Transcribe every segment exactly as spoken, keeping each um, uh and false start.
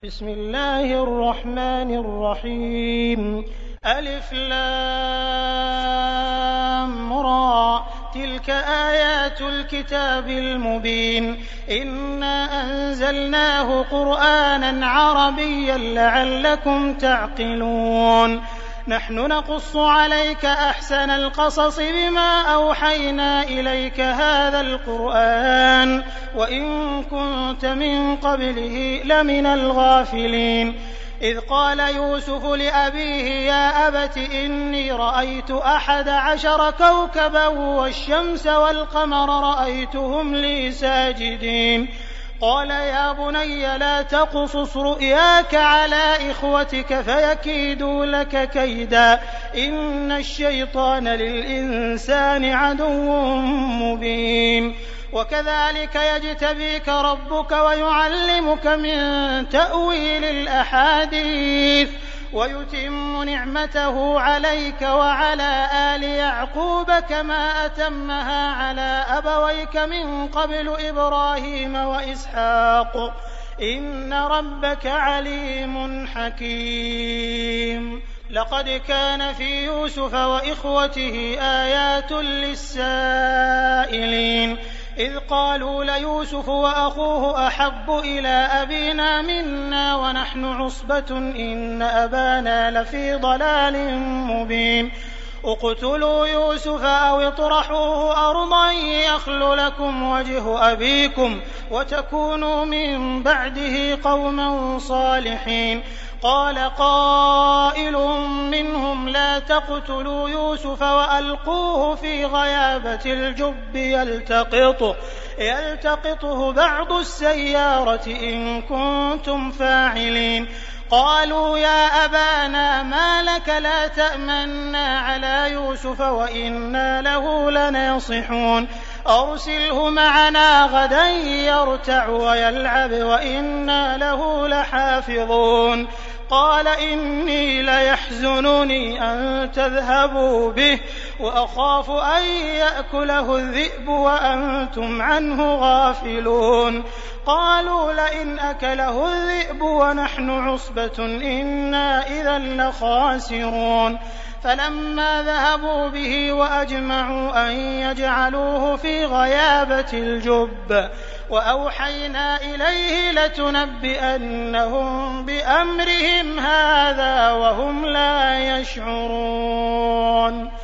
بسم الله الرحمن الرحيم ألف لام را تلك آيات الكتاب المبين إنا أنزلناه قرآنا عربيا لعلكم تعقلون نحن نقص عليك أحسن القصص بما أوحينا إليك هذا القرآن وإن كنت من قبله لمن الغافلين إذ قال يوسف لأبيه يا أبت إني رأيت أحد عشر كوكبا والشمس والقمر رأيتهم لي ساجدين قال يا بني لا تقصص رؤياك على إخوتك فيكيدوا لك كيدا إن الشيطان للإنسان عدو مبين وكذلك يجتبيك ربك ويعلمك من تأويل الأحاديث ويتم نعمته عليك وعلى آل يعقوب كما أتمها على أبويك من قبل إبراهيم وإسحاق إن ربك عليم حكيم لقد كان في يوسف وإخوته آيات للسائلين إذ قالوا ليوسف وأخوه أحب إلى أبينا منا ونحن عصبة إن أبانا لفي ضلال مبين اقتلوا يوسف أو اطرحوه أرضا يخل لكم وجه أبيكم وتكونوا من بعده قوما صالحين قال قائل منهم لا تقتلوا يوسف وألقوه في غيابة الجب يلتقطه, يلتقطه بعض السيارة إن كنتم فاعلين قالوا يا أبانا ما لك لا تأمنا على يوسف وإنا له لناصحون أرسله معنا غدا يرتع ويلعب وإنا له لحافظون قال إني ليحزنني أن تذهبوا به وأخاف أن يأكله الذئب وأنتم عنه غافلون قالوا لئن أكله الذئب ونحن عصبة إنا إذا لخاسرون فلما ذهبوا به وأجمعوا أن يجعلوه في غيابة الجب وأوحينا إليه لتنبئنهم بأمرهم هذا وهم لا يشعرون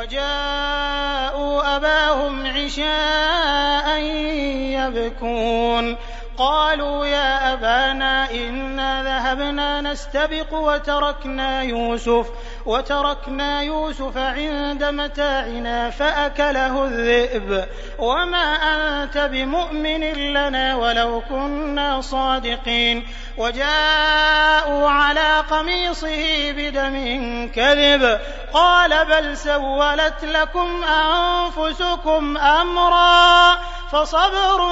وجاءوا أباهم عشاء يبكون قالوا يا أبانا إنا ذهبنا نستبق وتركنا يوسف وتركنا يوسف عند متاعنا فأكله الذئب وما أنت بمؤمن لنا ولو كنا صادقين وجاءوا على قميصه بدم كذب قال بل سولت لكم أنفسكم أمرا فصبر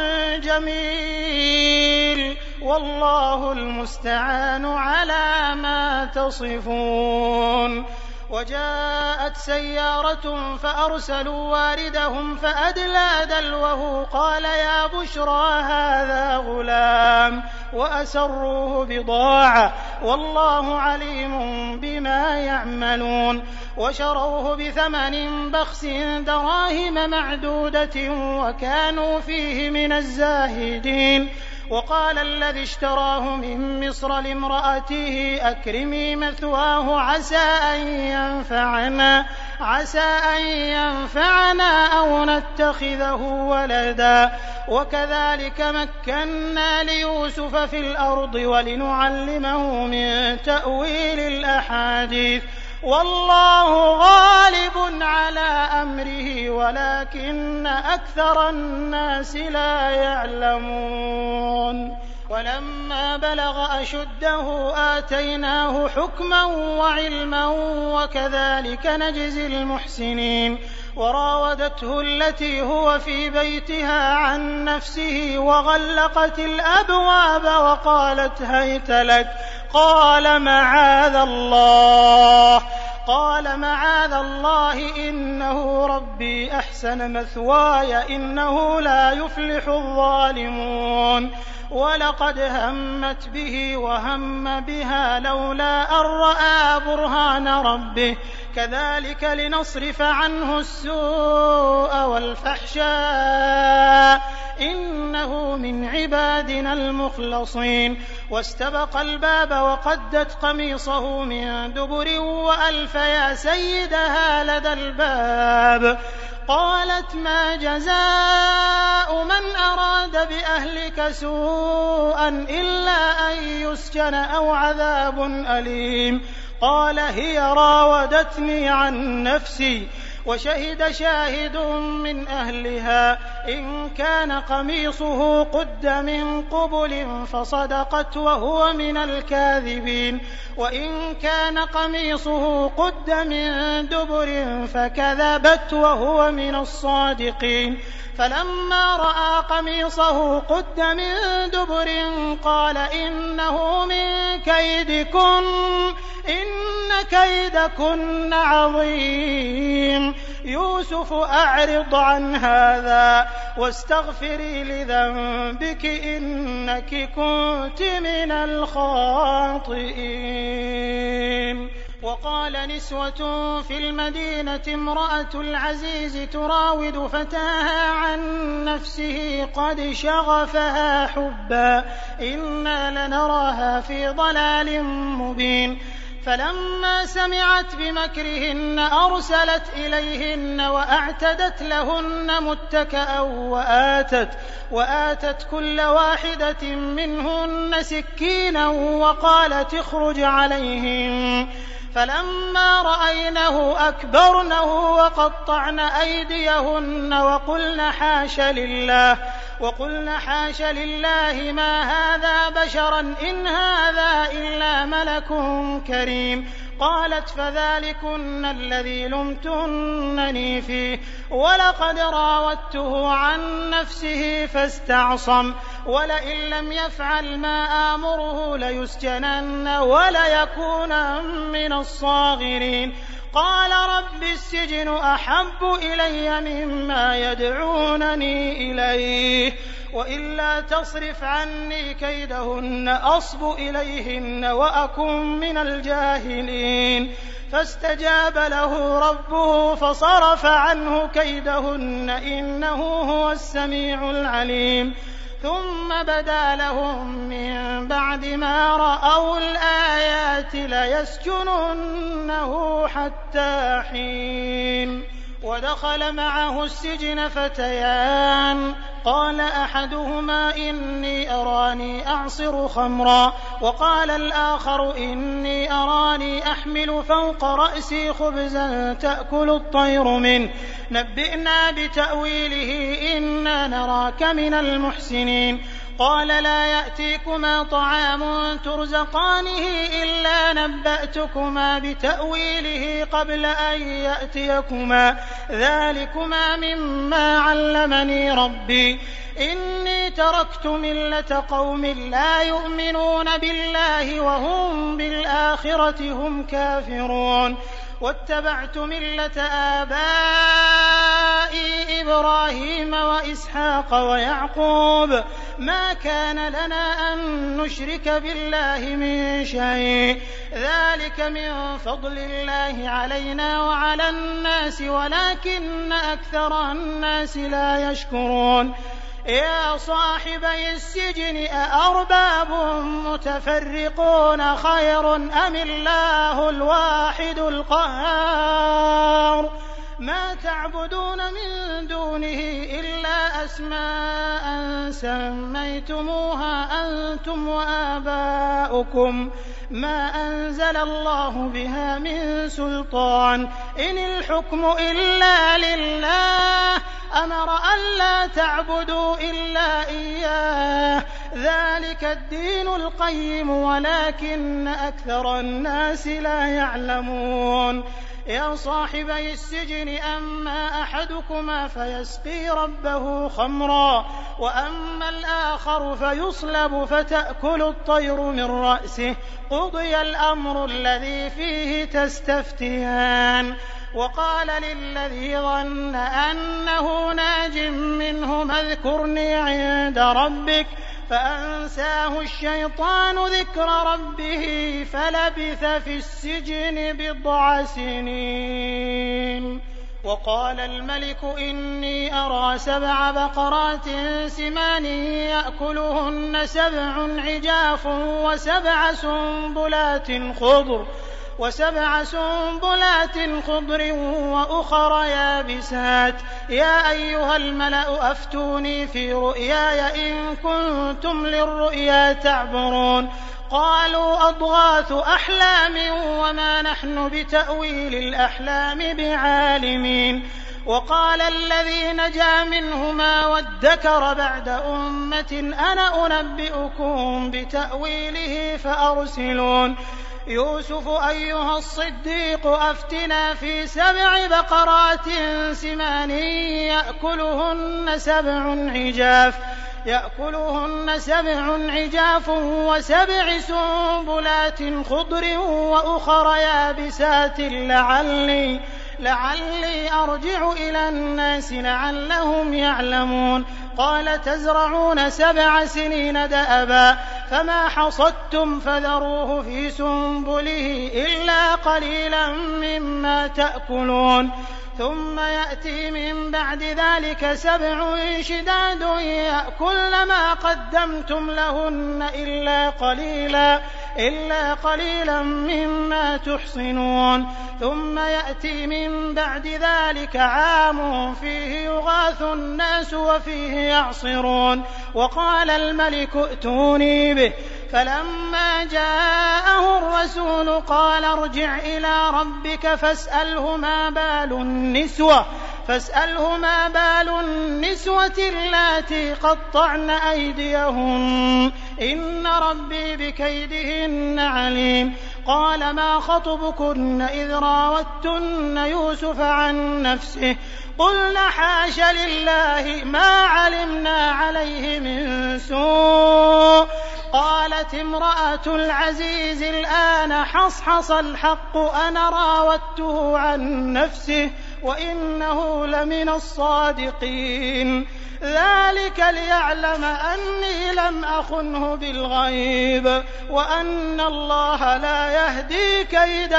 جميل والله المستعان على ما تصفون وجاءت سيارة فأرسلوا واردهم فأدلى دلوه قال يا بشرى هذا غلام وأسروه بضاعة والله عليم بما يعملون وشروه بثمن بخس دراهم معدودة وكانوا فيه من الزاهدين وقال الذي اشتراه من مصر لامرأته أكرمي مثواه عسى أن ينفعنا, عسى أن ينفعنا أو نتخذه ولدا وكذلك مكنا ليوسف في الأرض ولنعلمه من تأويل الأحاديث والله غالب على أمره ولكن أكثر الناس لا يعلمون ولما بلغ أشده آتيناه حكما وعلما وكذلك نجزي المحسنين وراودته التي هو في بيتها عن نفسه وغلقت الأبواب وقالت هيت لك قال معاذ الله قال معاذ الله إنه ربي أحسن أحسن مثواي إنه لا يفلح الظالمون ولقد همت به وهم بها لولا أن رأى برهان ربه كذلك لنصرف عنه السوء والفحشاء إنه من عبادنا المخلصين واستبق الباب وقدت قميصه من دبر وألف يا سيدها لدى الباب قالت ما جزاء من أراد بأهلك سوءا إلا أن يسجن أو عذاب أليم قال هي راودتني عن نفسي وشهد شاهد من أهلها إن كان قميصه قد من قبل فصدقت وهو من الكاذبين وإن كان قميصه قد من دبر فكذبت وهو من الصادقين فلما رأى قميصه قد من دبر قال إنه من كيدكن إن كيدكن عظيم يوسف أعرض عن هذا واستغفري لذنبك إنك كنت من الخاطئين وقال نسوة في المدينة امرأة العزيز تراود فتاها عن نفسه قد شغفها حبا إنا لنراها في ضلال مبين فلما سمعت بمكرهن أرسلت إليهن وأعتدت لهن متكأ وآتت, وآتت كل واحدة منهن سكينا وقالت اخرج عليهم فلما رأينه أكبرنه وقطعن أيديهن وقلن حاش لله وقلن حاش لله ما هذا بشرا إن هذا إلا ملك كريم قالت فذلكن الذي لمتنني فيه ولقد راودته عن نفسه فاستعصم ولئن لم يفعل ما آمره ليسجنن وليكونن من الصاغرين قال رب السجن أحب إلي مما يدعونني إليه وإلا تصرف عني كيدهن أصب إليهن وأكن من الجاهلين فاستجاب له ربه فصرف عنه كيدهن إنه هو السميع العليم ثم بدا لهم من بعد ما رأوا الآيات ليسجننه حتى حين ودخل معه السجن فتيان قال أحدهما إني أراني أعصر خمرا وقال الآخر إني أراني أحمل فوق رأسي خبزا تأكل الطير منه نبئنا بتأويله إنا نراك من المحسنين قال لا يأتيكما طعام ترزقانه إلا نبأتكما بتأويله قبل أن يأتيكما ذلكما مما علمني ربي إني تركت ملة قوم لا يؤمنون بالله وهم بالآخرة هم كافرون واتبعت ملة آبائي إبراهيم وإسحاق ويعقوب ما كان لنا أن نشرك بالله من شيء ذلك من فضل الله علينا وعلى الناس ولكن أكثر الناس لا يشكرون يا صاحبي السجن أأرباب متفرقون خير أم الله الواحد القهار ما تعبدون من دونه إلا أسماء سميتموها أنتم وآباؤكم ما أنزل الله بها من سلطان إن الحكم إلا لله أمر ألا تعبدوا إلا إياه ذلك الدين القيم ولكن أكثر الناس لا يعلمون يا صاحبي السجن أما أحدكما فيسقي ربه خمرا وأما الآخر فيصلب فتأكل الطير من رأسه قضي الأمر الذي فيه تستفتيان. وقال للذي ظن أنه ناج منهما اذكرني عند ربك فأنساه الشيطان ذكر ربه فلبث في السجن بضع سنين. وقال الملك إني أرى سبع بقرات سمان يأكلهن سبع عجاف وسبع سنبلات خضر وسبع سنبلات خضر وأخر يابسات يا أيها الملأ أفتوني في رؤياي إن كنتم للرؤيا تعبرون. قالوا أضغاث أحلام وما نحن بتأويل الأحلام بعالمين. وقال الذي نجا منهما وادكر بعد أمة أنا أنبئكم بتأويله فأرسلون. يوسف أيها الصديق أفتنا في سبع بقرات سمان يأكلهن سبع عجاف يأكلهن سبع عجاف وسبع سنبلات خضر وأخر يابسات لعلي لعلي أرجع إلى الناس لعلهم يعلمون. قال تزرعون سبع سنين دأبا فما حصدتم فذروه في سنبله إلا قليلا مما تأكلون ثم يأتي من بعد ذلك سبع شداد يأكلن ما قدمتم لهن إلا قليلا إلا قليلا مما تحصنون ثم يأتي من بعد ذلك عام فيه يغاث الناس وفيه يعصرون. وقال الملك ائتوني به فلما جاءه الرسول قال ارجع إلى ربك فاسأله ما بال النسوة فاسأله ما بال النسوة اللاتي قطعن أيديهن إن ربي بكيدهن عليم. قال ما خطبكن إذ راوتن يوسف عن نفسه قلن حاش لله ما علمنا عليه من سوء. قالت امرأة العزيز الآن حصحص الحق أنا راودته عن نفسه وإنه لمن الصادقين. ذلك ليعلم أني لم أخنه بالغيب وأن الله لا يهدي كيد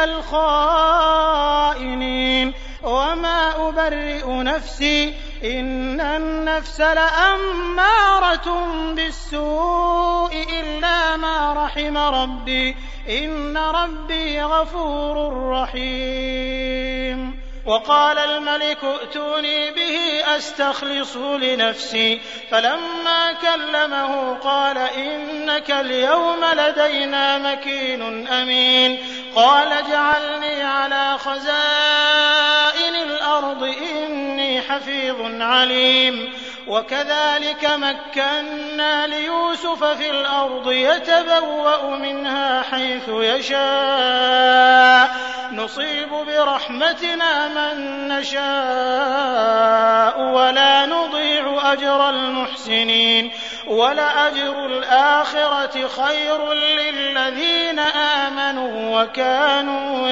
الخائنين. وما أبرئ نفسي إن النفس لأمارة بالسوء إلا ما رحم ربي إن ربي غفور رحيم. وقال الملك ائتوني به أستخلصه لنفسي فلما كلمه قال إنك اليوم لدينا مكين أمين. قال اجعلني على خزائن الأرض إني حفيظ عليم. وكذلك مكنا ليوسف في الأرض يتبوأ منها حيث يشاء نصيب برحمتنا من نشاء ولا نضيع أجر المحسنين ولأجر الآخرة خير للذين آمنوا وكانوا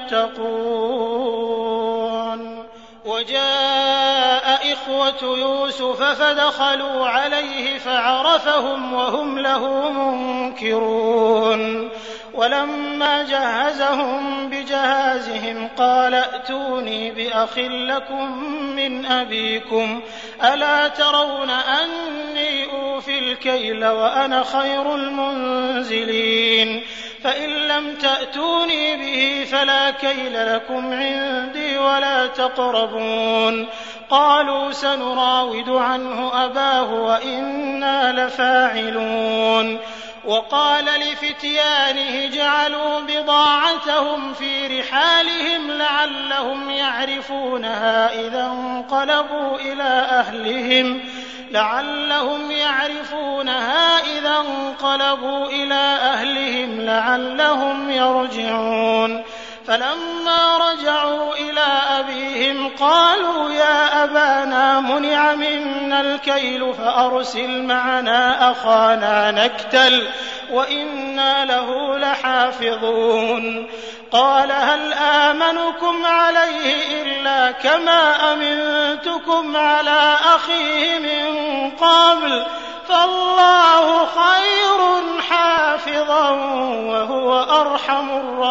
يتقون. وجاء إخوة يوسف فدخلوا عليه فعرفهم وهم له منكرون. ولما جهزهم بجهازهم قال ائتوني بأخ لكم من أبيكم ألا ترون أني أوفي الكيل وأنا خير المنزلين فإن لم تأتوني به فلا كيل لكم عندي ولا تقربون. قالوا سنراود عنه أباه وإنا لفاعلون. وقال لفتيانه اجعلوا بضاعتهم في رحالهم لعلهم يعرفونها إذا انقلبوا إلى أهلهم لعلهم يعرفونها إذا انقلبوا إلى أهلهم لعلهم يرجعون. فلما رجعوا إلى أبيهم قالوا يا أبانا منع منا الكيل فأرسل معنا أخانا نكتل وإنا له لحافظون قال هل آمنكم عليه إلا كما أمنتكم على أخيه من قبل فالله خير حافظا وهو أرحم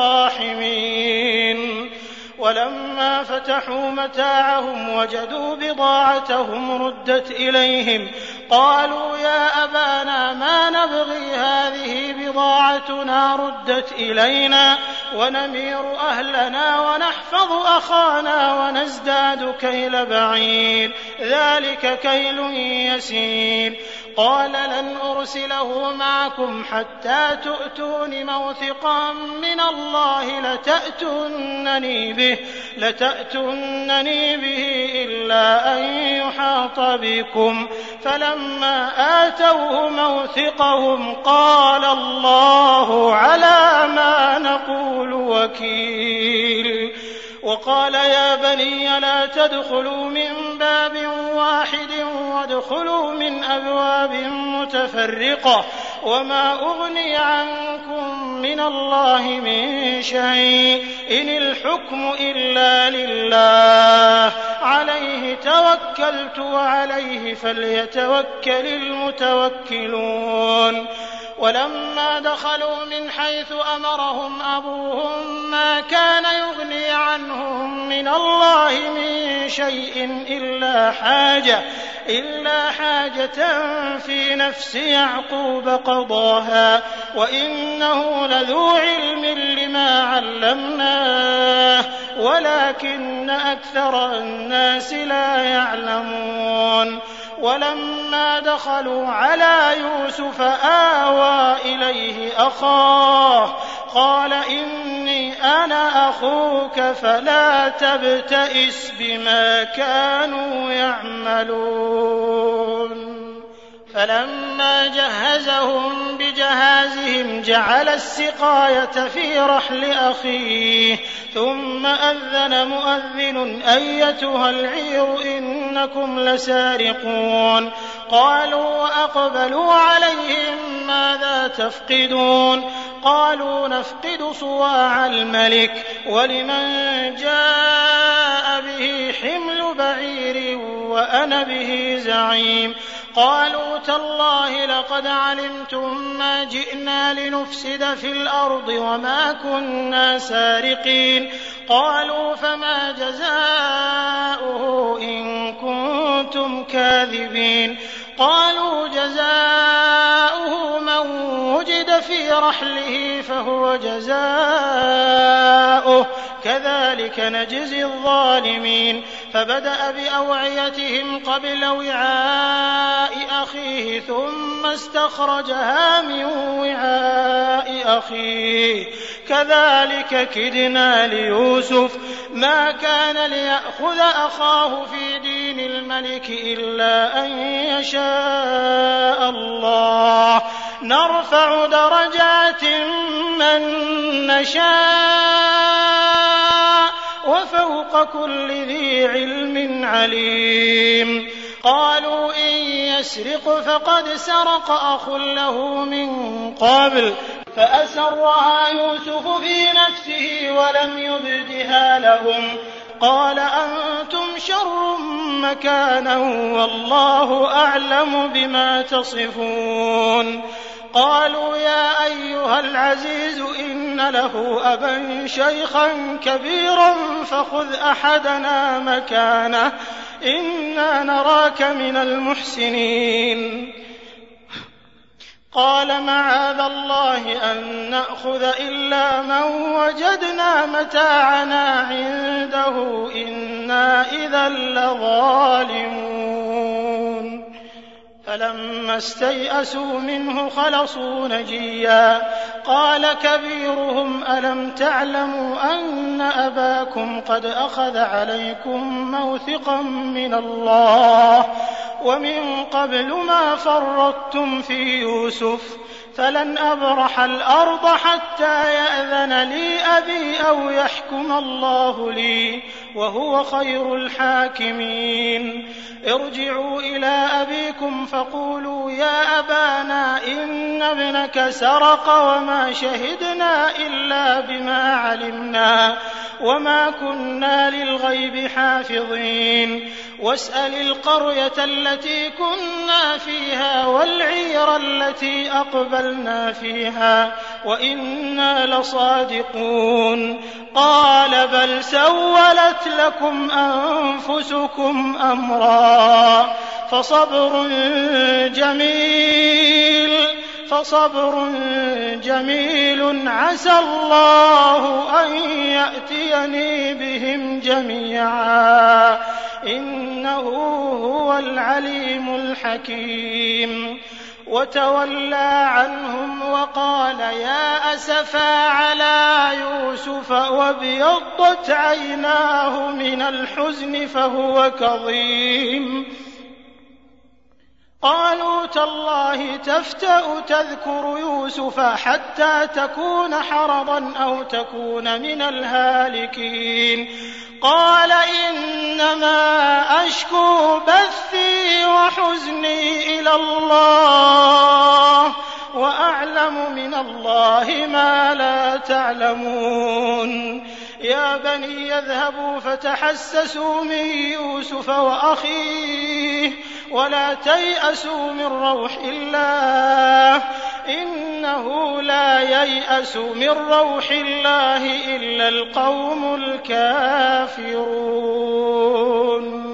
الراحمين ولما فتحوا متاعهم وجدوا بضاعتهم ردت إليهم قالوا يا أبانا ما نبغي هذه بضاعتنا ردت إلينا ونمير أهلنا ونحفظ أخانا ونزداد كيل بعير ذلك كيل يسير قال لن أرسله معكم حتى تؤتون موثقا من الله لتأتونني به, لتأتونني به إلا أن يحاط بكم فلما آتوه موثقهم قال الله على ما نقول وكيل وقال يا بني لا تدخلوا من باب واحد وادخلوا من أبواب متفرقة وما أغني عنكم من الله من شيء إن الحكم إلا لله عليه توكلت وعليه فليتوكل المتوكلون ولما دخلوا من حيث أمرهم أبوهم ما كان يغني عنهم من الله من شيء إلا حاجة, إلا حاجة في نفس يعقوب قضاها وإنه لذو علم لما علمناه ولكن أكثر الناس لا يعلمون ولما دخلوا على يوسف آوى إليه أخاه قال إني أنا أخوك فلا تبتئس بما كانوا يعملون فلما جهزهم بجهازهم جعل السقاية في رحل أخيه ثم أذن مؤذن أيتها العير إنكم لسارقون قالوا وأقبلوا عليهم ماذا تفقدون قالوا نفقد صواع الملك ولمن جاء به حمل بعير وأنا به زعيم قالوا تالله لقد علمتم ما جئنا لنفسد في الأرض وما كنا سارقين قالوا فما جزاؤه إن كنتم كاذبين قالوا جزاؤه من وجد في رحله فهو جزاؤه كذلك نجزي الظالمين فبدأ بأوعيتهم قبل وعاء أخيه ثم استخرجها من وعاء أخيه كذلك كدنا ليوسف ما كان ليأخذ أخاه في دين الملك إلا أن يشاء الله نرفع درجات من نشاء وفوق كل ذي علم عليم قالوا إن يسرق فقد سرق أخ له من قبل فأسرها يوسف في نفسه ولم يبدها لهم قال أنتم شر مكانا والله أعلم بما تصفون قالوا يا أيها العزيز إن له أبا شيخا كبيرا فخذ أحدنا مكانه إنا نراك من المحسنين قال معاذ الله أن نأخذ إلا من وجدنا متاعنا عنده إنا إذا لظالمون فلما استيئسوا منه خلصوا نجيا قال كبيرهم ألم تعلموا أن أباكم قد أخذ عليكم موثقا من الله ومن قبل ما فرطتم في يوسف فلن أبرح الأرض حتى يأذن لي أبي أو يحكم الله لي وهو خير الحاكمين. ارجعوا إلى أبيكم فقولوا يا أبانا إن ابنك سرق وما شهدنا إلا بما علمنا وما كنا للغيب حافظين. واسأل القرية التي كنا فيها والعير التي أقبلنا فيها وإنا لصادقون. قال بل سولت لكم أنفسكم أمرا فصبر جميل فصبر جميل عسى الله أن يأتيني بهم جميعا إنه هو العليم الحكيم. وتولى عنهم وقال يا أسفا على يوسف وابيضت عيناه من الحزن فهو كظيم. قالوا تالله تفتأ تذكر يوسف حتى تكون حرضا أو تكون من الهالكين. قال إنما أشكو بثي وحزني إلى الله وأعلم من الله ما لا تعلمون. يا بني يذهبوا فتحسسوا من يوسف وأخيه ولا تيأسوا من روح الله إنه لا ييأس من روح الله إلا القوم الكافرون.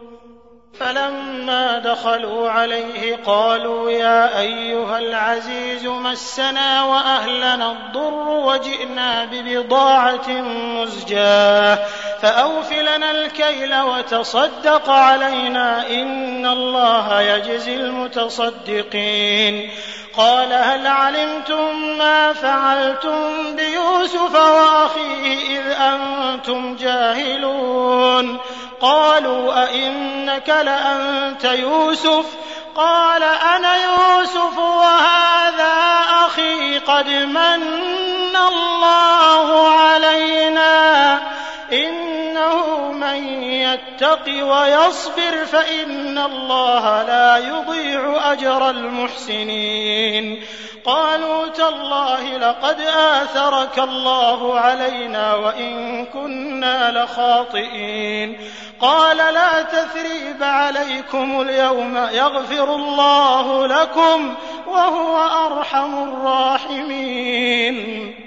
فلما دخلوا عليه قالوا يا أيها العزيز مسنا وأهلنا الضر وجئنا ببضاعة مزجاة فأوف لنا الكيل وتصدق علينا إن الله يجزي المتصدقين. قال هل علمتم ما فعلتم بيوسف وأخيه إذ أنتم جاهلون؟ قالوا أئنك لأنت يوسف؟ قال أنا يوسف وهذا أخي قد من الله علينا إنه من يتق ويصبر فإن الله لا يضيع أجر المحسنين. قالوا تالله لقد آثرك الله علينا وإن كنا لخاطئين. قال لا تثريب عليكم اليوم يغفر الله لكم وهو أرحم الراحمين.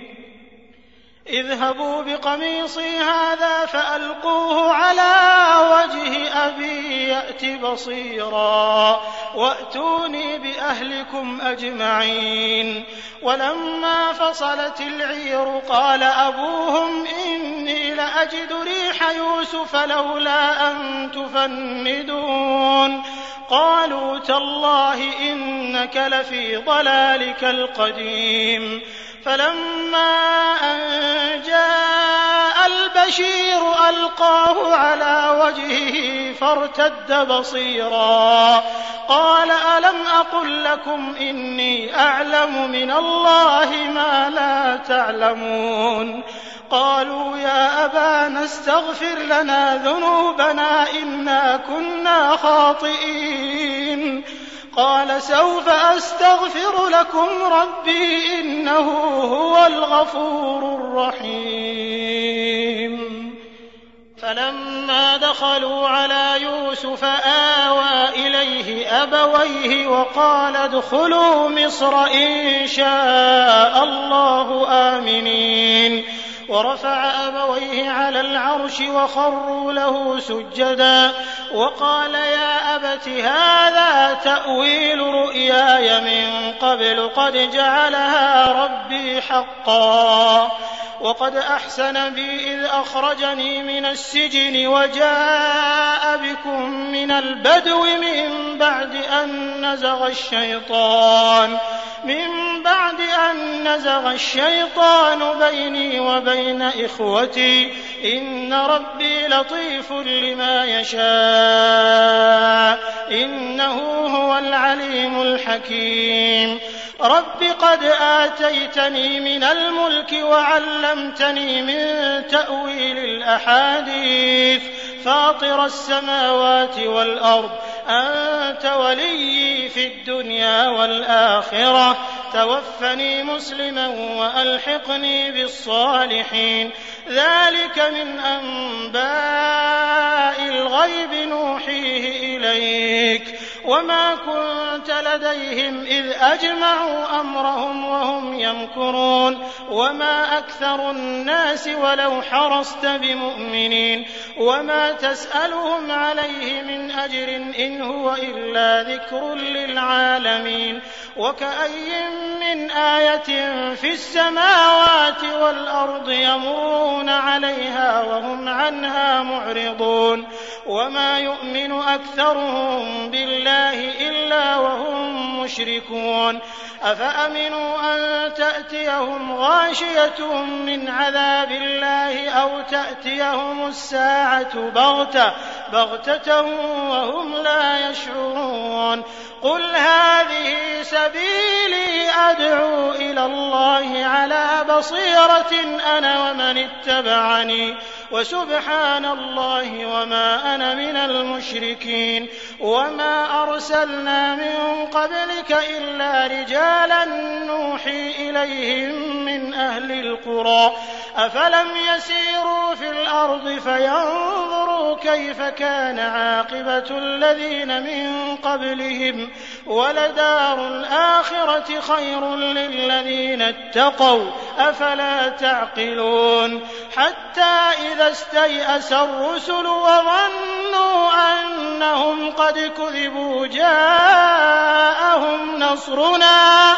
اذهبوا بقميصي هذا فألقوه على وجه أبي يأت بصيرا وأتوني بأهلكم أجمعين. ولما فصلت العير قال أبوهم إني لأجد ريح يوسف لولا أن تفندون. قالوا تالله إنك لفي ضلالك القديم. فلما أن جاء البشير ألقاه على وجهه فارتد بصيرا قال ألم أقل لكم إني أعلم من الله ما لا تعلمون. قالوا يا أبانا استغفر لنا ذنوبنا إنا كنا خاطئين. قال سوف أستغفر لكم ربي إنه هو الغفور الرحيم. فلما دخلوا على يوسف آوى إليه أبويه وقال ادخلوا مصر إن شاء الله آمنين. ورفع أبويه على العرش وخروا له سجدا وقال يا أبت هذا تأويل رؤياي من قبل قد جعلها ربي حقا وقد أحسن بي إذ أخرجني من السجن وجاء بكم من البدو من بعد أن نزغ الشيطان من بعد أن نزغ الشيطان بيني وبين إخوتي إن ربي لطيف لما يشاء إنه هو العليم الحكيم. رب قد آتيتني من الملك وعلمتني من تأويل الأحاديث فاطر السماوات والأرض أنت وليي في الدنيا والآخرة توفني مسلما وألحقني بالصالحين ذلك من أنباء الغيب نوحيه إليك وما كنت لديهم إذ أجمعوا أمرهم وهم يمكرون وما أكثر الناس ولو حرصت بمؤمنين وما تسألهم عليه من أجر إن هو إلا ذكر للعالمين وكأي من آية في السماوات والأرض يمرون عليها وهم عنها معرضون وما يؤمن أكثرهم بالله إلا وهم مشركون أفأمنوا أن تأتيهم غاشية من عذاب الله أو تأتيهم الساعة بغتة بغتة وهم لا يشعرون قل هذه سبيلي أدعو إلى الله على بصيرة أنا ومن اتبعني وسبحان الله وما أنا من المشركين وما أرسلنا من قبلك إلا رجالا نوحي إليهم من أهل القرى أفلم يسيروا في الأرض فينظروا كيف كان عاقبة الذين من قبلهم ولدار الآخرة خير للذين اتقوا أفلا تعقلون حتى إذا استيأس الرسل وظنوا أنهم قد كذبوا جاءهم نصرنا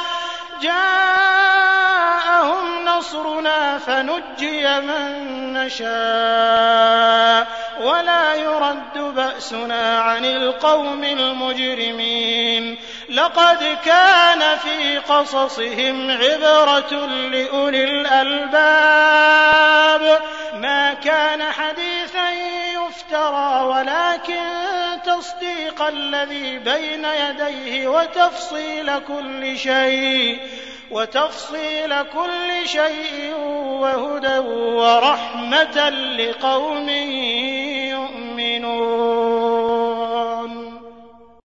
جاءهم نصرنا فنجي من نشاء ولا يرد بأسنا عن القوم المجرمين لقد كان في قصصهم عبرة لأولي الألباب ما كان حديثا يفترى ولكن تصديق الذي بين يديه وتفصيل كل شيء وتفصيل كل شيء وهدى ورحمة لقوم